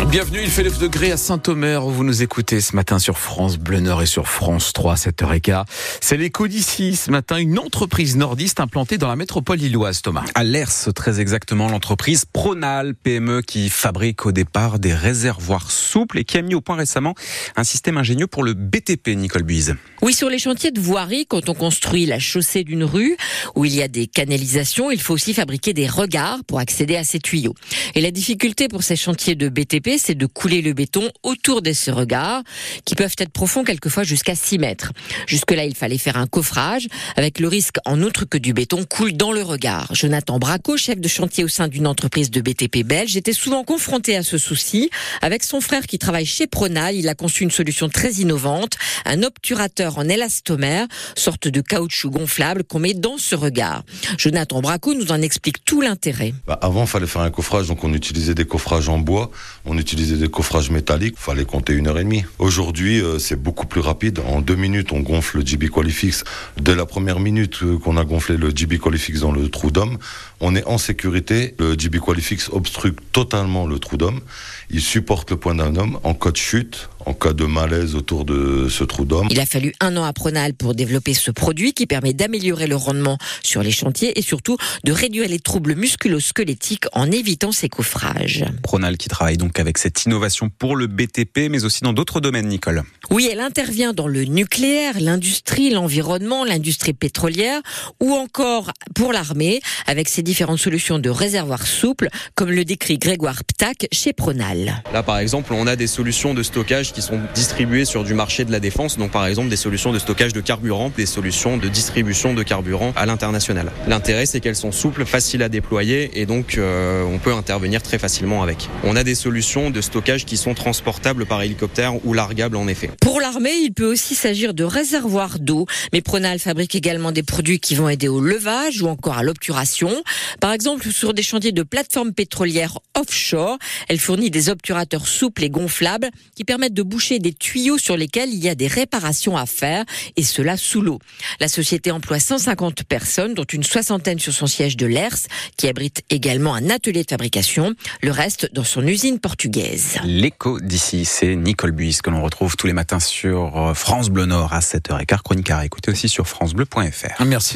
Bienvenue, il fait 9 degrés à Saint-Omer où vous nous écoutez ce matin sur France Bleu Nord et sur France 3, 7h15. C'est l'écho d'ici ce matin, une entreprise nordiste implantée dans la métropole lilloise, Thomas. À Lers, très exactement, l'entreprise Pronal, PME qui fabrique au départ des réservoirs souples et qui a mis au point récemment un système ingénieux pour le BTP, Nicole Buise. Oui, sur les chantiers de voirie, quand on construit la chaussée d'une rue où il y a des canalisations, il faut aussi fabriquer des regards pour accéder à ces tuyaux. Et la difficulté pour ces chantiers de BTP, c'est de couler le béton autour de ces regards qui peuvent être profonds quelquefois jusqu'à 6 mètres. Jusque-là, il fallait faire un coffrage avec le risque en outre que du béton coule dans le regard. Jonathan Braco, chef de chantier au sein d'une entreprise de BTP belge, était souvent confronté à ce souci. Avec son frère qui travaille chez Pronal, il a conçu une solution très innovante, un obturateur en élastomère, sorte de caoutchouc gonflable qu'on met dans ce regard. Jonathan Braco nous en explique tout l'intérêt. Avant, il fallait faire un coffrage, donc on utilisait des coffrages en bois, on utilisait des coffrages métalliques, il fallait compter 1h30. Aujourd'hui, c'est beaucoup plus rapide. En 2 minutes, on gonfle le GB Qualifix. Dès la première minute qu'on a gonflé le GB Qualifix dans le trou d'homme, on est en sécurité. Le GB Qualifix obstrue totalement le trou d'homme. Il supporte le poids d'un homme en cas de chute, en cas de malaise autour de ce trou d'homme. Il a fallu 1 an à Pronal pour développer ce produit qui permet d'améliorer le rendement sur les chantiers et surtout de réduire les troubles musculo-squelettiques en évitant ces coffrages. Pronal qui travaille donc avec cette innovation pour le BTP, mais aussi dans d'autres domaines, Nicole. Oui, elle intervient dans le nucléaire, l'industrie, l'environnement, l'industrie pétrolière ou encore pour l'armée avec ses différentes solutions de réservoirs souples, comme le décrit Grégoire Ptac chez Pronal. Là, par exemple, on a des solutions de stockage qui sont distribuées sur du marché de la défense, donc par exemple des solutions de stockage de carburant, des solutions de distribution de carburant à l'international. L'intérêt, c'est qu'elles sont souples, faciles à déployer et donc on peut intervenir très facilement avec. On a des solutions de stockage qui sont transportables par hélicoptère ou largables en effet. Pour l'armée, il peut aussi s'agir de réservoirs d'eau, mais Pronal fabrique également des produits qui vont aider au levage ou encore à l'obturation. Par exemple, sur des chantiers de plateformes pétrolières offshore, elle fournit des obturateurs souples et gonflables qui permettent de boucher des tuyaux sur lesquels il y a des réparations à faire, et cela sous l'eau. La société emploie 150 personnes, dont une soixantaine sur son siège de Lers, qui abrite également un atelier de fabrication, le reste dans son usine portugaise. L'écho d'ici, c'est Nicole Buise que l'on retrouve tous les matins sur France Bleu Nord à 7h15, chronique à écouter aussi sur francebleu.fr. Merci.